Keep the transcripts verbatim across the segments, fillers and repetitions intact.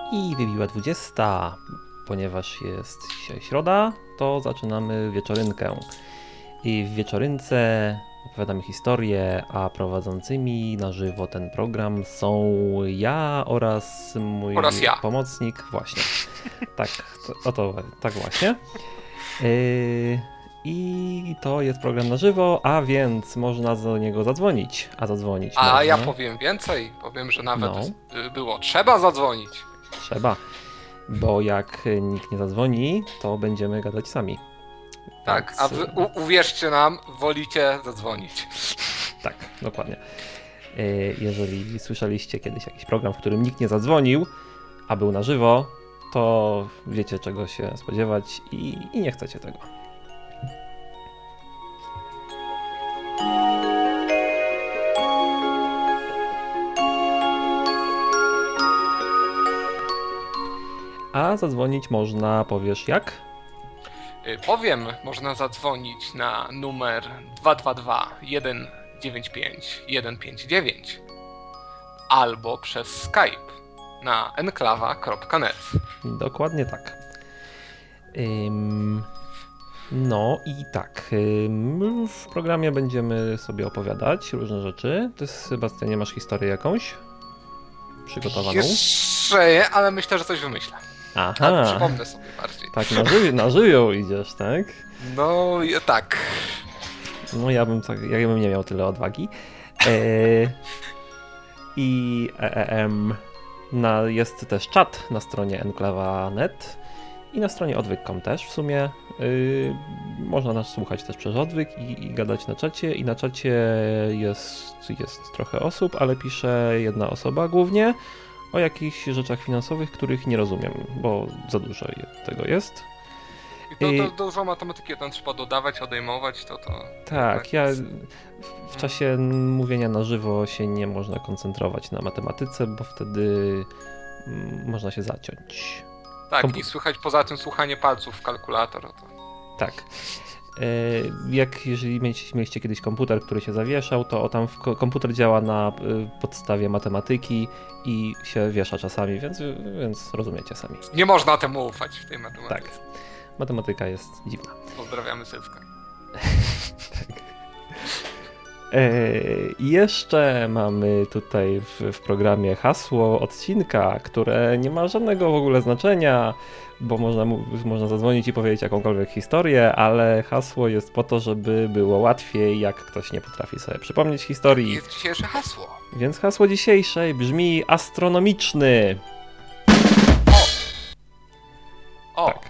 I wybiła dwudziesta. Ponieważ jest dzisiaj środa, to zaczynamy wieczorynkę. I w wieczorynce opowiadamy historię, a prowadzącymi na żywo ten program są ja oraz mój oraz ja. pomocnik. Właśnie. Tak, to, to tak właśnie. Yy, I to jest program na żywo, a więc można do niego zadzwonić. A zadzwonić A można. ja powiem więcej. Powiem, że nawet No. było trzeba zadzwonić. Trzeba. Bo jak nikt nie zadzwoni, to będziemy gadać sami. Tak, Więc... a wy, u, uwierzcie nam, wolicie zadzwonić. Tak, dokładnie. Jeżeli słyszeliście kiedyś jakiś program, w którym nikt nie zadzwonił, a był na żywo, to wiecie, czego się spodziewać i, i nie chcecie tego. A zadzwonić można, powiesz jak? Powiem, można zadzwonić na numer dwa dwa dwa jeden dziewięć pięć jeden pięć dziewięć albo przez Skype na enklawa kropka net. Dokładnie tak. Ym, no i tak, ym, w programie będziemy sobie opowiadać różne rzeczy. Ty, Sebastianie, masz historię jakąś przygotowaną? Jeszcze nie, ale myślę, że coś wymyślę. Aha. Ale przypomnę sobie bardziej. Tak, na, żywi- na żywioł idziesz, tak? No i tak. No ja bym, tak, ja bym nie miał tyle odwagi. E, I e, e, em, na, jest też czat na stronie enklawa kropka net i na stronie odwyk kropka com też w sumie. Y, można nas słuchać też przez odwyk i, i gadać na czacie. I na czacie jest, jest trochę osób, ale pisze jedna osoba głównie o jakichś rzeczach finansowych, których nie rozumiem, bo za dużo tego jest. I to, to dużo matematyki tam trzeba dodawać, odejmować, to to... Tak, ja w czasie mówienia na żywo się nie można koncentrować na matematyce, bo wtedy mm, można się zaciąć. Tak, Kompu- i słychać poza tym słuchanie palców w kalkulator. To... Tak. E, jak jeżeli mieliście, mieliście kiedyś komputer, który się zawieszał, to o, tam w, komputer działa na y, podstawie matematyki i się wiesza czasami, więc, więc rozumiecie sami. Nie można temu ufać w tej matematyce. Tak. Matematyka jest dziwna. Pozdrawiamy Sylwka. Tak. E, jeszcze mamy tutaj w, w programie hasło odcinka, które nie ma żadnego w ogóle znaczenia, bo można, można zadzwonić i powiedzieć jakąkolwiek historię, ale hasło jest po to, żeby było łatwiej, jak ktoś nie potrafi sobie przypomnieć historii. Jest dzisiejsze hasło. Więc hasło dzisiejsze brzmi astronomiczny. O! Tak.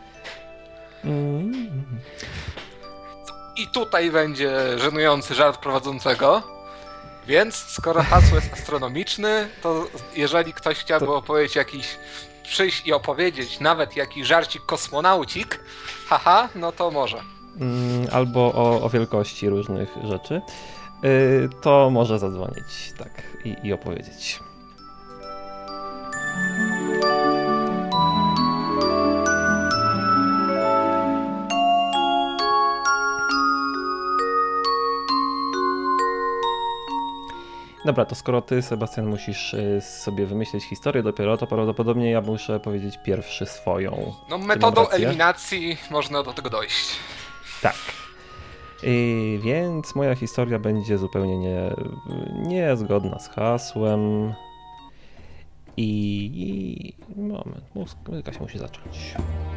Mm. I tutaj będzie żenujący żart prowadzącego. Więc skoro hasło jest astronomiczny, to jeżeli ktoś chciałby to... opowiedzieć jakiś, przyjść i opowiedzieć nawet jakiś żarcik kosmonaucik, haha, no to może. Mm, albo o, o wielkości różnych rzeczy, yy, to może zadzwonić, tak, i, i opowiedzieć. Dobra, to skoro ty, Sebastian, musisz sobie wymyślić historię dopiero, to prawdopodobnie ja muszę powiedzieć pierwszy swoją. No metodą eliminacji można do tego dojść. Tak. I więc moja historia będzie zupełnie nie, niezgodna z hasłem. I, i moment, muzyka się musi zacząć.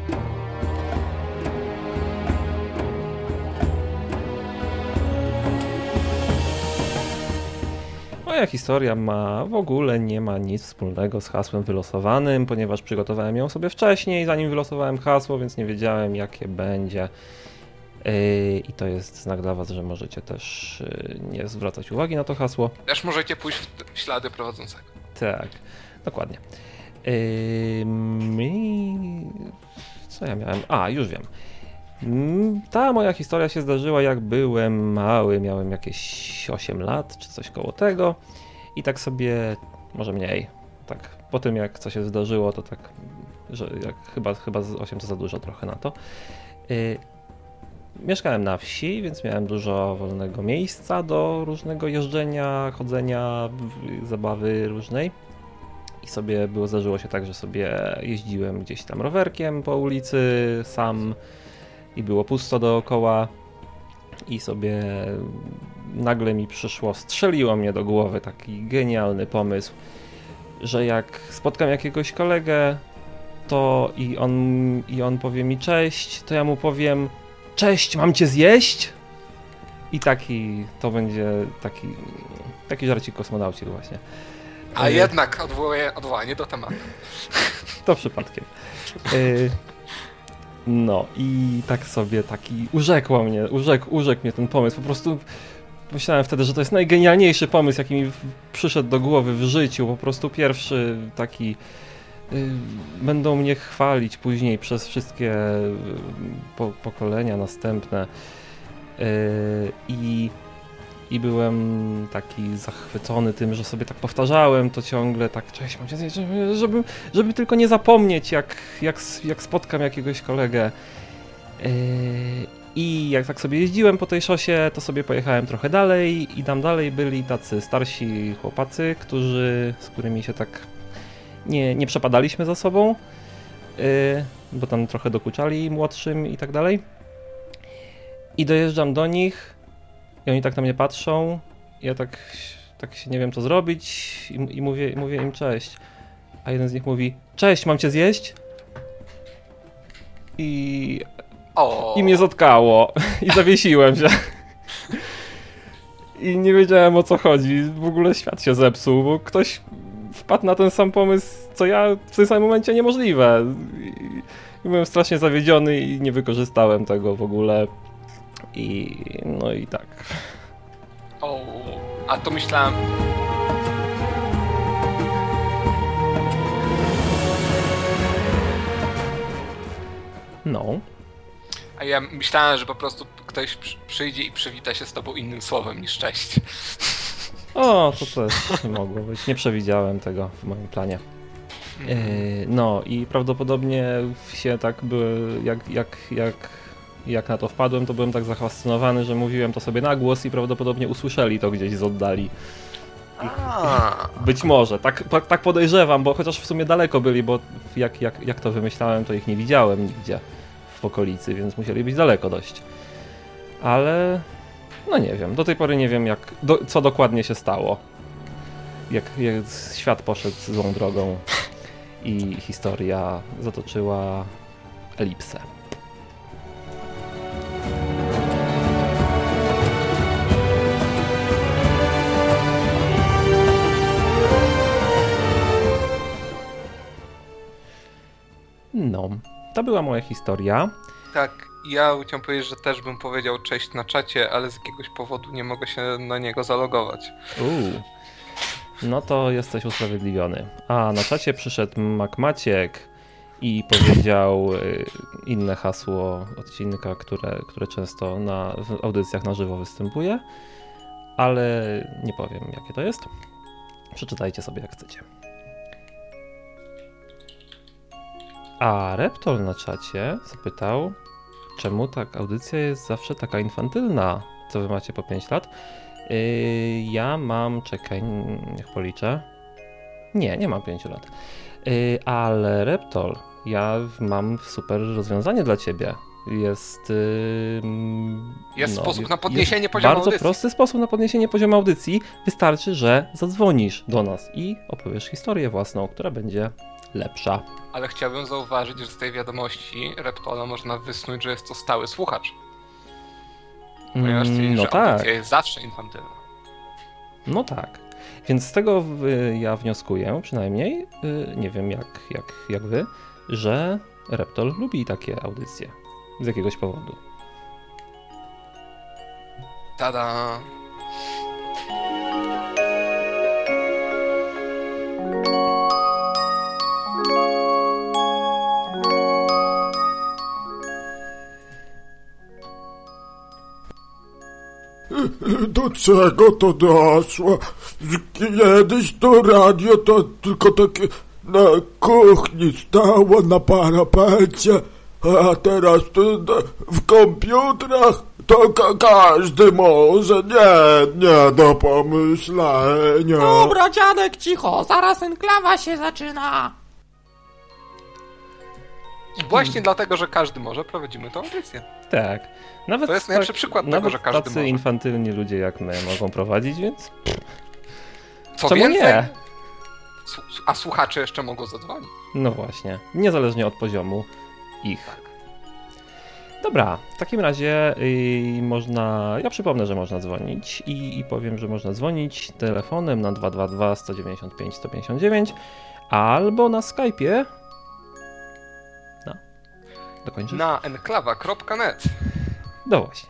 Moja historia ma w ogóle nie ma nic wspólnego z hasłem wylosowanym, ponieważ przygotowałem ją sobie wcześniej, zanim wylosowałem hasło, więc nie wiedziałem, jakie będzie. Yy, I to jest znak dla was, że możecie też yy, nie zwracać uwagi na to hasło. Też możecie pójść w ślady prowadzącego. Tak, dokładnie. Yy, co ja miałem? A, już wiem. Ta moja historia się zdarzyła, jak byłem mały, miałem jakieś osiem lat czy coś koło tego i tak sobie, może mniej, tak po tym jak coś się zdarzyło, to tak, że jak chyba, chyba z osiem to za dużo trochę na to. Yy, mieszkałem na wsi, więc miałem dużo wolnego miejsca do różnego jeżdżenia, chodzenia, zabawy różnej i sobie było, zdarzyło się tak, że sobie jeździłem gdzieś tam rowerkiem po ulicy sam i było pusto dookoła i sobie nagle mi przyszło, strzeliło mnie do głowy taki genialny pomysł, że jak spotkam jakiegoś kolegę, to i on, i on powie mi cześć, to ja mu powiem cześć, mam cię zjeść? I taki, to będzie taki, taki żarcik kosmonauci właśnie. A jednak odwołuje, odwołanie do tematu. To przypadkiem. No i tak sobie taki, urzekło mnie, urzekł, urzekł mnie ten pomysł, po prostu myślałem wtedy, że to jest najgenialniejszy pomysł, jaki mi przyszedł do głowy w życiu, po prostu pierwszy taki, y, będą mnie chwalić później przez wszystkie po, pokolenia następne y, i I byłem taki zachwycony tym, że sobie tak powtarzałem to ciągle, tak cześć, mam cię zjeść, żeby, żeby, żeby tylko nie zapomnieć, jak, jak, jak spotkam jakiegoś kolegę. Yy, I jak tak sobie jeździłem po tej szosie, to sobie pojechałem trochę dalej i tam dalej byli tacy starsi chłopacy, którzy, z którymi się tak nie, nie przepadaliśmy za sobą, yy, bo tam trochę dokuczali młodszym i tak dalej. I dojeżdżam do nich i oni tak na mnie patrzą, ja tak, tak się nie wiem co zrobić i, i mówię, i mówię im cześć. A jeden z nich mówi, cześć, mam cię zjeść? I, o. i mnie zatkało i zawiesiłem się. I nie wiedziałem o co chodzi, w ogóle świat się zepsuł, bo ktoś wpadł na ten sam pomysł co ja w tym samym momencie niemożliwe. I, i byłem strasznie zawiedziony i nie wykorzystałem tego w ogóle. I no i tak. O, a to myślałem... No. A ja myślałem, że po prostu ktoś przyjdzie i przywita się z tobą innym słowem niż cześć. O, to też nie mogło być. Nie przewidziałem tego w moim planie. Yy, no i prawdopodobnie się tak były, jak, jak, jak, jak na to wpadłem, to byłem tak zafascynowany, że mówiłem to sobie na głos i prawdopodobnie usłyszeli to gdzieś z oddali. Być może, tak, tak podejrzewam, bo chociaż w sumie daleko byli, bo jak, jak, jak to wymyślałem, to ich nie widziałem nigdzie w okolicy, więc musieli być daleko dość. Ale no nie wiem, do tej pory nie wiem jak, do, co dokładnie się stało. Jak, jak świat poszedł złą drogą i historia zatoczyła elipsę. No, to była moja historia. Tak, ja chciałem powiedzieć, że też bym powiedział cześć na czacie, ale z jakiegoś powodu nie mogę się na niego zalogować. Uuu. No to jesteś usprawiedliwiony. A na czacie przyszedł MacMaciek i powiedział inne hasło odcinka, które, które często na, w audycjach na żywo występuje, ale nie powiem jakie to jest. Przeczytajcie sobie jak chcecie. A Reptol na czacie zapytał, czemu tak audycja jest zawsze taka infantylna? Co wy macie po pięć lat? Yy, ja mam, czekaj, niech policzę. Nie, nie mam pięciu lat. Yy, ale Reptol, ja mam super rozwiązanie dla ciebie. Jest... Yy, jest no, sposób na podniesienie jest poziomu bardzo audycji. prosty sposób na podniesienie poziomu audycji. Wystarczy, że zadzwonisz do nas i opowiesz historię własną, która będzie lepsza. Ale chciałbym zauważyć, że z tej wiadomości Reptola można wysnuć, że jest to stały słuchacz. Ponieważ mm, no że tak. audycja jest zawsze infantylna. No tak. Więc z tego y, ja wnioskuję, przynajmniej, y, nie wiem jak, jak, jak wy, że Reptol lubi takie audycje. Z jakiegoś powodu. Tada! Do czego to doszło? Kiedyś to radio to tylko takie na kuchni stało na parapecie, a teraz to w komputerach to ka- każdy może, nie, nie do pomyślenia. Dobra, dziadek, cicho, zaraz enklawa się zaczyna. I właśnie hmm. dlatego, że każdy może, prowadzimy tę audycję. Tak. Nawet to jest najlepszy tak, przykład tego, że każdy tacy może. infantylni ludzie jak my mogą prowadzić, więc... Co Czemu więcej? nie? A słuchacze jeszcze mogą zadzwonić. No właśnie, niezależnie od poziomu ich. Tak. Dobra, w takim razie yy, można, ja przypomnę, że można dzwonić i, i powiem, że można dzwonić telefonem na dwa dwa dwa, sto dziewięćdziesiąt pięć, sto pięćdziesiąt dziewięć albo na Skype'ie. No, dokończysz? Na enklawa kropka net. No właśnie.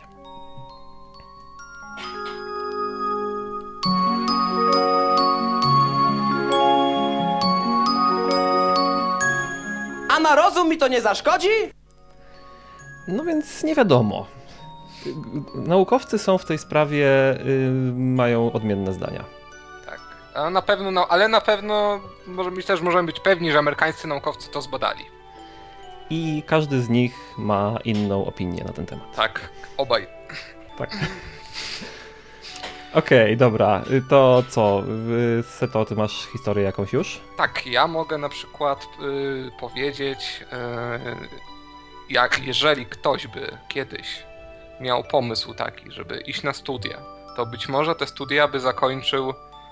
A na rozum mi to nie zaszkodzi? No więc nie wiadomo. Naukowcy są w tej sprawie, yy, mają odmienne zdania. Tak, a na pewno, no, ale na pewno może, my też możemy być pewni, że amerykańscy naukowcy to zbadali. I każdy z nich ma inną opinię na ten temat. Tak, obaj. Tak. Okej, okay, dobra. To co? Seto, ty masz historię jakąś już? Tak, ja mogę na przykład y, powiedzieć, y, jak jeżeli ktoś by kiedyś miał pomysł taki, żeby iść na studia, to być może te studia by zakończył y,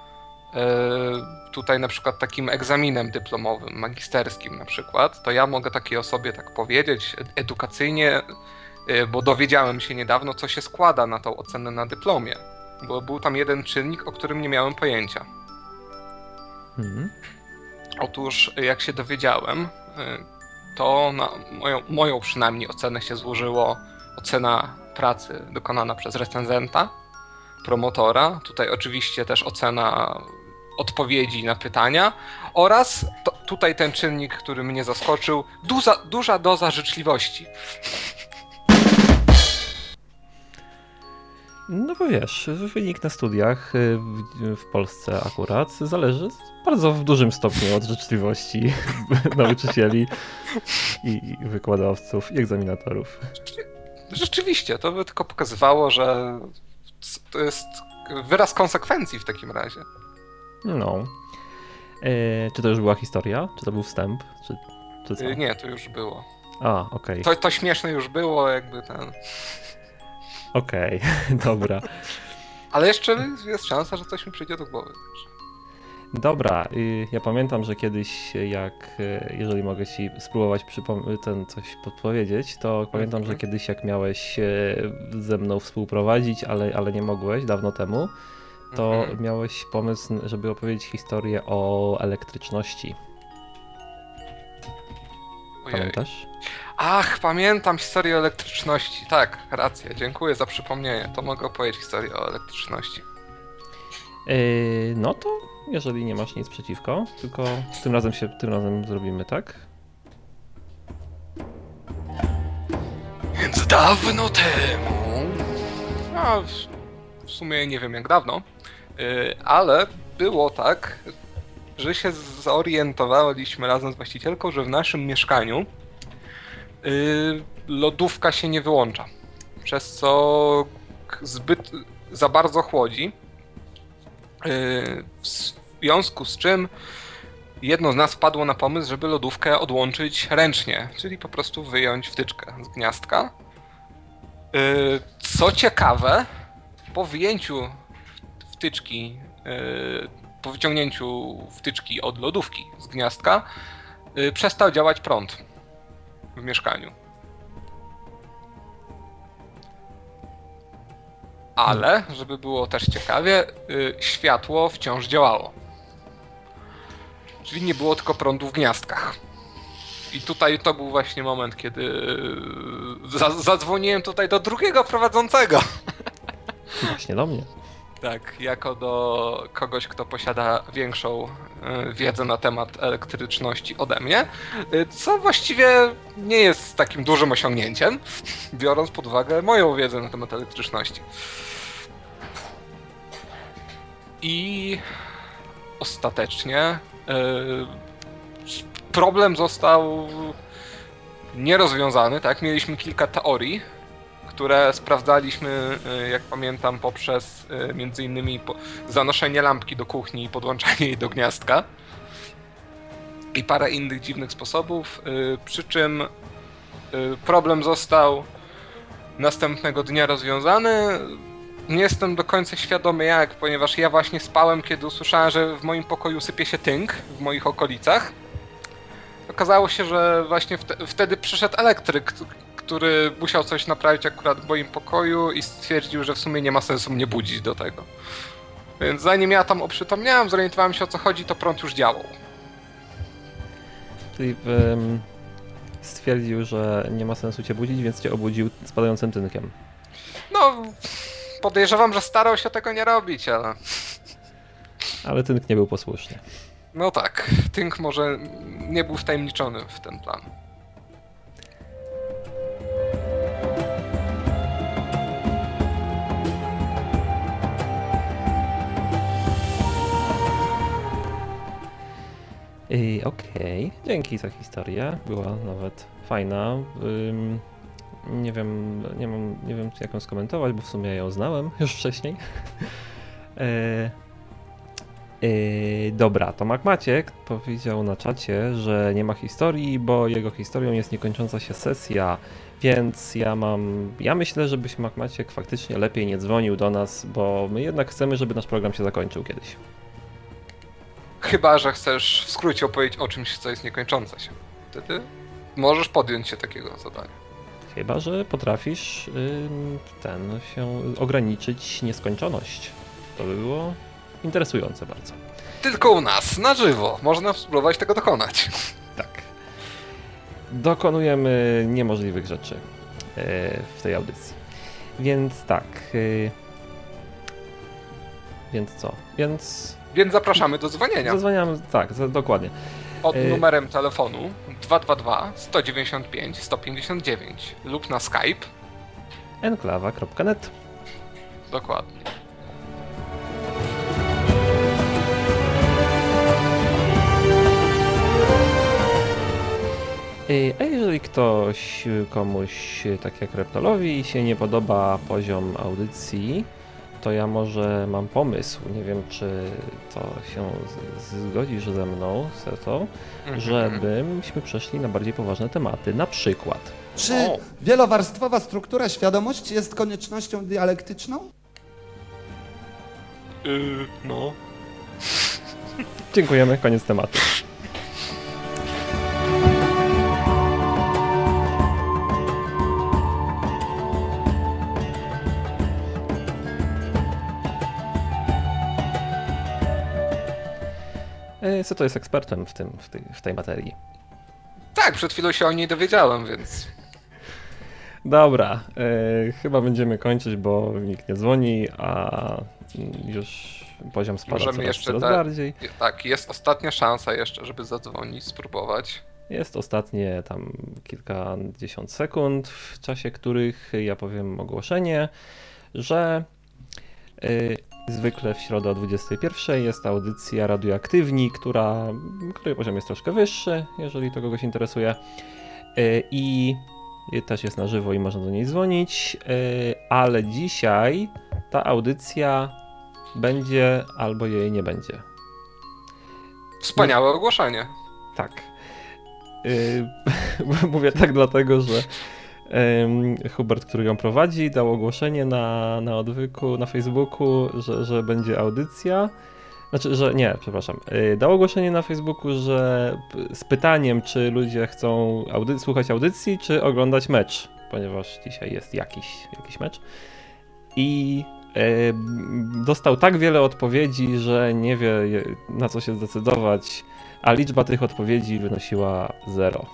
tutaj na przykład takim egzaminem dyplomowym, magisterskim na przykład, to ja mogę takiej osobie tak powiedzieć edukacyjnie, y, bo dowiedziałem się niedawno, co się składa na tą ocenę na dyplomie. Bo był tam jeden czynnik, o którym nie miałem pojęcia. Mhm. Otóż, jak się dowiedziałem, to na moją, moją przynajmniej ocenę się złożyło ocena pracy dokonana przez recenzenta, promotora, tutaj oczywiście też ocena odpowiedzi na pytania oraz to, tutaj ten czynnik, który mnie zaskoczył, duża, duża doza życzliwości. No bo wiesz, wynik na studiach w, w Polsce akurat zależy bardzo w dużym stopniu od życzliwości nauczycieli i wykładowców i egzaminatorów. Rzeczywiście, to by tylko pokazywało, że to jest wyraz konsekwencji w takim razie. No. E, czy to już była historia? Czy to był wstęp? Czy, czy co? Nie, to już było. A, okej. Okay. To, to śmieszne już było, jakby ten... Okej, okay, dobra. Ale jeszcze jest szansa, że coś mi przyjdzie do głowy. Dobra, ja pamiętam, że kiedyś jak, jeżeli mogę ci spróbować przypom- ten coś podpowiedzieć, to pamiętam, mm-hmm. że kiedyś jak miałeś ze mną współprowadzić, ale, ale nie mogłeś, dawno temu, to mm-hmm. miałeś pomysł, żeby opowiedzieć historię o elektryczności. Ojej. Pamiętasz? Ach, pamiętam historię o elektryczności. Tak, racja, dziękuję za przypomnienie. To mogę opowiedzieć historię o elektryczności. Yy, no to jeżeli nie masz nic przeciwko, tylko tym razem się, tym razem zrobimy, tak? Więc dawno temu, a w, w sumie nie wiem jak dawno, yy, ale było tak, że się zorientowaliśmy razem z właścicielką, że w naszym mieszkaniu yy, lodówka się nie wyłącza, przez co zbyt za bardzo chłodzi. Yy, w związku z czym jedno z nas wpadło na pomysł, żeby lodówkę odłączyć ręcznie, czyli po prostu wyjąć wtyczkę z gniazdka. Yy, co ciekawe, po wyjęciu wtyczki, yy, po wyciągnięciu wtyczki od lodówki z gniazdka, yy, przestał działać prąd w mieszkaniu. Ale, żeby było też ciekawie, yy, światło wciąż działało. Czyli nie było tylko prądu w gniazdkach. I tutaj to był właśnie moment, kiedy yy, za- zadzwoniłem tutaj do drugiego prowadzącego. Właśnie do mnie. Tak, jako do kogoś, kto posiada większą yy, wiedzę na temat elektryczności ode mnie, yy, co właściwie nie jest takim dużym osiągnięciem, biorąc pod uwagę moją wiedzę na temat elektryczności. I ostatecznie yy, problem został nierozwiązany, tak? Mieliśmy kilka teorii, które sprawdzaliśmy, jak pamiętam, poprzez między innymi zanoszenie lampki do kuchni i podłączanie jej do gniazdka. I parę innych dziwnych sposobów, przy czym problem został następnego dnia rozwiązany. Nie jestem do końca świadomy jak, ponieważ ja właśnie spałem, kiedy usłyszałem, że w moim pokoju sypie się tynk w moich okolicach. Okazało się, że właśnie wte- wtedy przyszedł elektryk, który musiał coś naprawić akurat w moim pokoju i stwierdził, że w sumie nie ma sensu mnie budzić do tego. Więc zanim ja tam oprzytomniałem, zorientowałem się o co chodzi, to prąd już działał. Czyli um, stwierdził, że nie ma sensu cię budzić, więc cię obudził spadającym tynkiem. No, podejrzewam, że starał się tego nie robić, ale... Ale tynk nie był posłuszny. No tak, tynk może nie był wtajemniczony w ten plan. Okej, okay. Dzięki za historię. Była nawet fajna. Ym, nie wiem, nie mam, nie wiem jak ją skomentować, bo w sumie ją znałem już wcześniej. e, e, dobra, Tomak Maciek powiedział na czacie, że nie ma historii, bo jego historią jest niekończąca się sesja, więc ja mam, ja myślę, żeby się Maciek faktycznie lepiej nie dzwonił do nas, bo my jednak chcemy, żeby nasz program się zakończył kiedyś. Chyba że chcesz w skrócie opowiedzieć o czymś, co jest niekończące się. Wtedy możesz podjąć się takiego zadania. Chyba że potrafisz ym, ten się ograniczyć nieskończoność. To by było interesujące bardzo. Tylko u nas, na żywo. Można spróbować tego dokonać. Tak. Dokonujemy niemożliwych rzeczy yy, w tej audycji. Więc tak. Yy, więc co? Więc... Więc zapraszamy do dzwonienia. Zadzwaniamy, tak, za, dokładnie. Pod yy... numerem telefonu dwa dwa dwa, sto dziewięćdziesiąt pięć, sto pięćdziesiąt dziewięć lub na Skype enklawa kropka net. Dokładnie. A jeżeli ktoś, komuś, tak jak Reptolowi, się nie podoba poziom audycji, to ja może mam pomysł, nie wiem czy to się z- zgodzisz ze mną, Seto, Mhm. żebyśmy przeszli na bardziej poważne tematy, na przykład. Czy O. wielowarstwowa struktura świadomości jest koniecznością dialektyczną? Yy, no. Dziękujemy, koniec tematu. Seto jest ekspertem w, tym, w, tej, w tej materii. Tak, przed chwilą się o niej dowiedziałem, więc... Dobra, e, chyba będziemy kończyć, bo nikt nie dzwoni, a już poziom spada Możemy coraz, jeszcze coraz te- bardziej. Tak, jest ostatnia szansa jeszcze, żeby zadzwonić, spróbować. Jest ostatnie tam kilkadziesiąt sekund, w czasie których ja powiem ogłoszenie, że y, zwykle w środę o dwudziestej pierwszej jest audycja Radioaktywni, która, której poziom jest troszkę wyższy, jeżeli to kogoś interesuje. Y, I też jest na żywo i można do niej dzwonić, y, ale dzisiaj ta audycja będzie albo jej nie będzie. Wspaniałe ogłoszenie. Tak. Yy, mówię tak dlatego, że yy, Hubert, który ją prowadzi, dał ogłoszenie na, na odwyku, na Facebooku, że, że będzie audycja. Znaczy, że nie, przepraszam. Yy, dał ogłoszenie na Facebooku, że p- z pytaniem, czy ludzie chcą audy- słuchać audycji, czy oglądać mecz, ponieważ dzisiaj jest jakiś, jakiś mecz. I yy, dostał tak wiele odpowiedzi, że nie wie, je- na co się zdecydować. A liczba tych odpowiedzi wynosiła zero.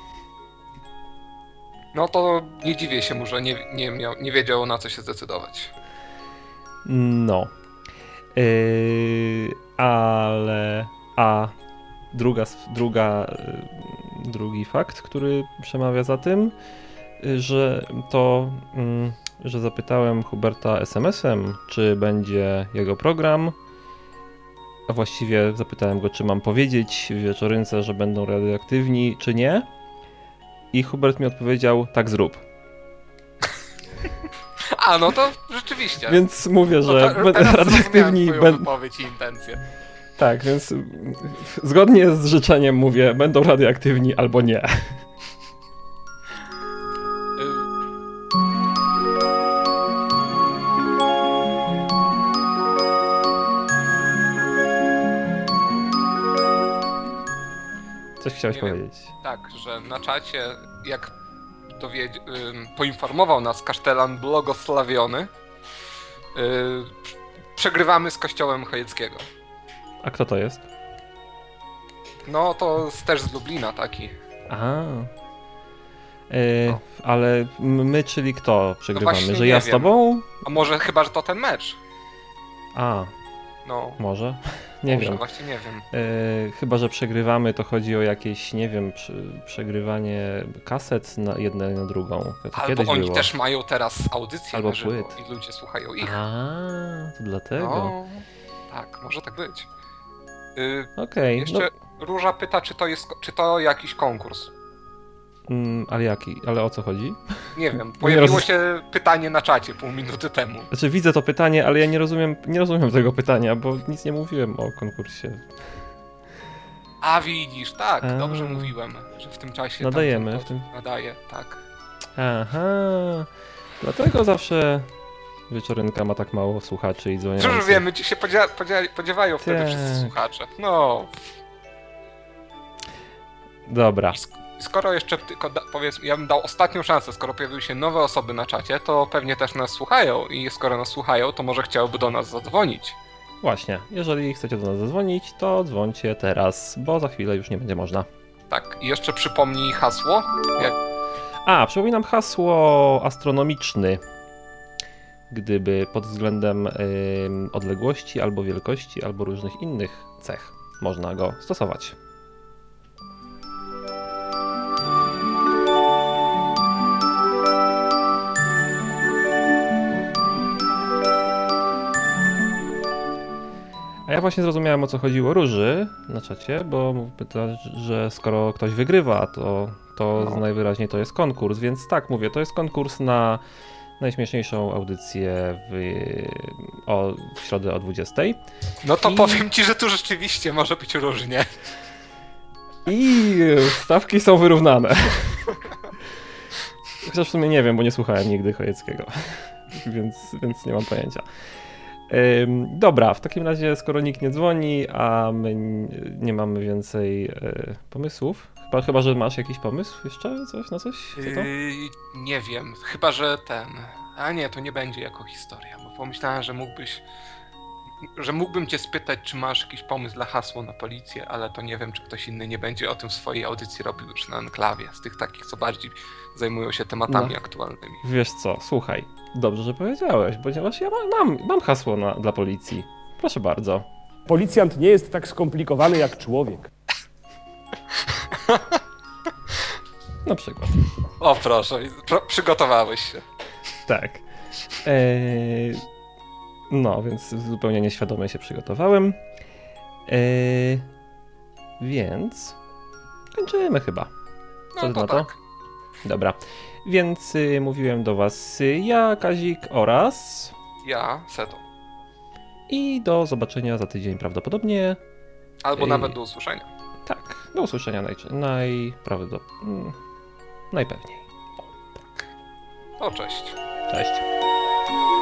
No to nie dziwię się mu, że nie, nie, miał, nie wiedział na co się zdecydować. No. Yy, ale... A druga, druga, yy, drugi fakt, który przemawia za tym, yy, że to, yy, że zapytałem Huberta es em esem, czy będzie jego program. A właściwie zapytałem go, czy mam powiedzieć w wieczorynce, że będą radioaktywni, czy nie. I Hubert mi odpowiedział, tak zrób. A, no to rzeczywiście. Więc mówię, że no to, be- teraz radioaktywni będą... będą... wypowiedź i intencje. Tak, więc zgodnie z życzeniem mówię, będą radioaktywni albo nie. Coś chciałeś Nie powiedzieć. Wiem, tak, że na czacie, jak dowiedz... ym, poinformował nas kasztelan błogosławiony, yy, przegrywamy z kościołem Chojeckiego. A kto to jest? No to z, też z Lublina taki. A. Yy, No. ale my, czyli kto przegrywamy? właśnie że nie ja z wiem. tobą? A może chyba, że to ten mecz? A, No, może? Nie może, wiem. właśnie nie wiem. Yy, chyba, że przegrywamy, to chodzi o jakieś, nie wiem, przy, przegrywanie kaset na jedną na drugą. To Albo kiedyś oni było. też mają teraz audycję Albo na żywo płyt. i ludzie słuchają ich. A, to dlatego. No, tak, może tak być. Yy, Okej, jeszcze no, Róża pyta, czy to jest, czy to jakiś konkurs. mm, ale jaki? Ale o co chodzi? Nie wiem, pojawiło roz- się pytanie na czacie pół minuty temu. Znaczy widzę to pytanie, ale ja nie rozumiem, nie rozumiem tego pytania, bo nic nie mówiłem o konkursie. A widzisz, tak, A. dobrze mówiłem, że w tym czasie Nadajemy tam w tym. nadaje, tak. Aha, dlatego zawsze Wieczorynka ma tak mało słuchaczy i dzwoniących. Cóż wiemy, gdzie się podzia- podzia- podziewają wtedy Tak. wszyscy słuchacze. No, Dobra, i sk- skoro jeszcze tylko da- powiedz, ja bym dał ostatnią szansę, skoro pojawiły się nowe osoby na czacie, to pewnie też nas słuchają i skoro nas słuchają, to może chciałyby do nas zadzwonić. właśnie, jeżeli chcecie do nas zadzwonić, to dzwońcie teraz, bo za chwilę już nie będzie można. Tak, i jeszcze przypomnij hasło. Jak... A, przypominam hasło astronomiczny. Gdyby pod względem ym, odległości, albo wielkości, albo różnych innych cech można go stosować. A ja właśnie zrozumiałem, o co chodziło Róży na czacie, bo pyta, że skoro ktoś wygrywa, to, to No. najwyraźniej to jest konkurs, więc tak mówię, to jest konkurs na najśmieszniejszą audycję w, o, w środę o dwudziestej. No to I- powiem ci, że tu rzeczywiście może być różnie. I stawki są wyrównane. Chociaż w sumie nie wiem, bo nie słuchałem nigdy Chojeckiego, więc, więc nie mam pojęcia. Ym, dobra, w takim razie, skoro nikt nie dzwoni, a my n- nie mamy więcej y, pomysłów, chyba, chyba, że masz jakiś pomysł jeszcze? Coś na coś? Co to? Yy, nie wiem, chyba że ten. A nie, to nie będzie jako historia, bo pomyślałem, że mógłbyś. Że mógłbym cię spytać, czy masz jakiś pomysł dla hasła na policję, ale to nie wiem, czy ktoś inny nie będzie o tym w swojej audycji robił już na enklawie, z tych takich, co bardziej zajmują się tematami No. aktualnymi. Wiesz co, słuchaj, dobrze, że powiedziałeś, ponieważ ja mam, mam, mam hasło na, dla policji. Proszę bardzo. Policjant nie jest tak skomplikowany jak człowiek. Na przykład. O proszę, pro, przygotowałeś się. Tak. Eee, no, więc zupełnie nieświadomie się przygotowałem. Eee, więc kończymy chyba. Co No ty to na to? tak. Dobra. Więc y, mówiłem do was y, ja, Kazik oraz Ja, Seto. i do zobaczenia za tydzień prawdopodobnie. Albo Ej. nawet do usłyszenia. Tak, do usłyszenia naj, najprawdopodobniej. Mm, najpewniej. To cześć. Cześć.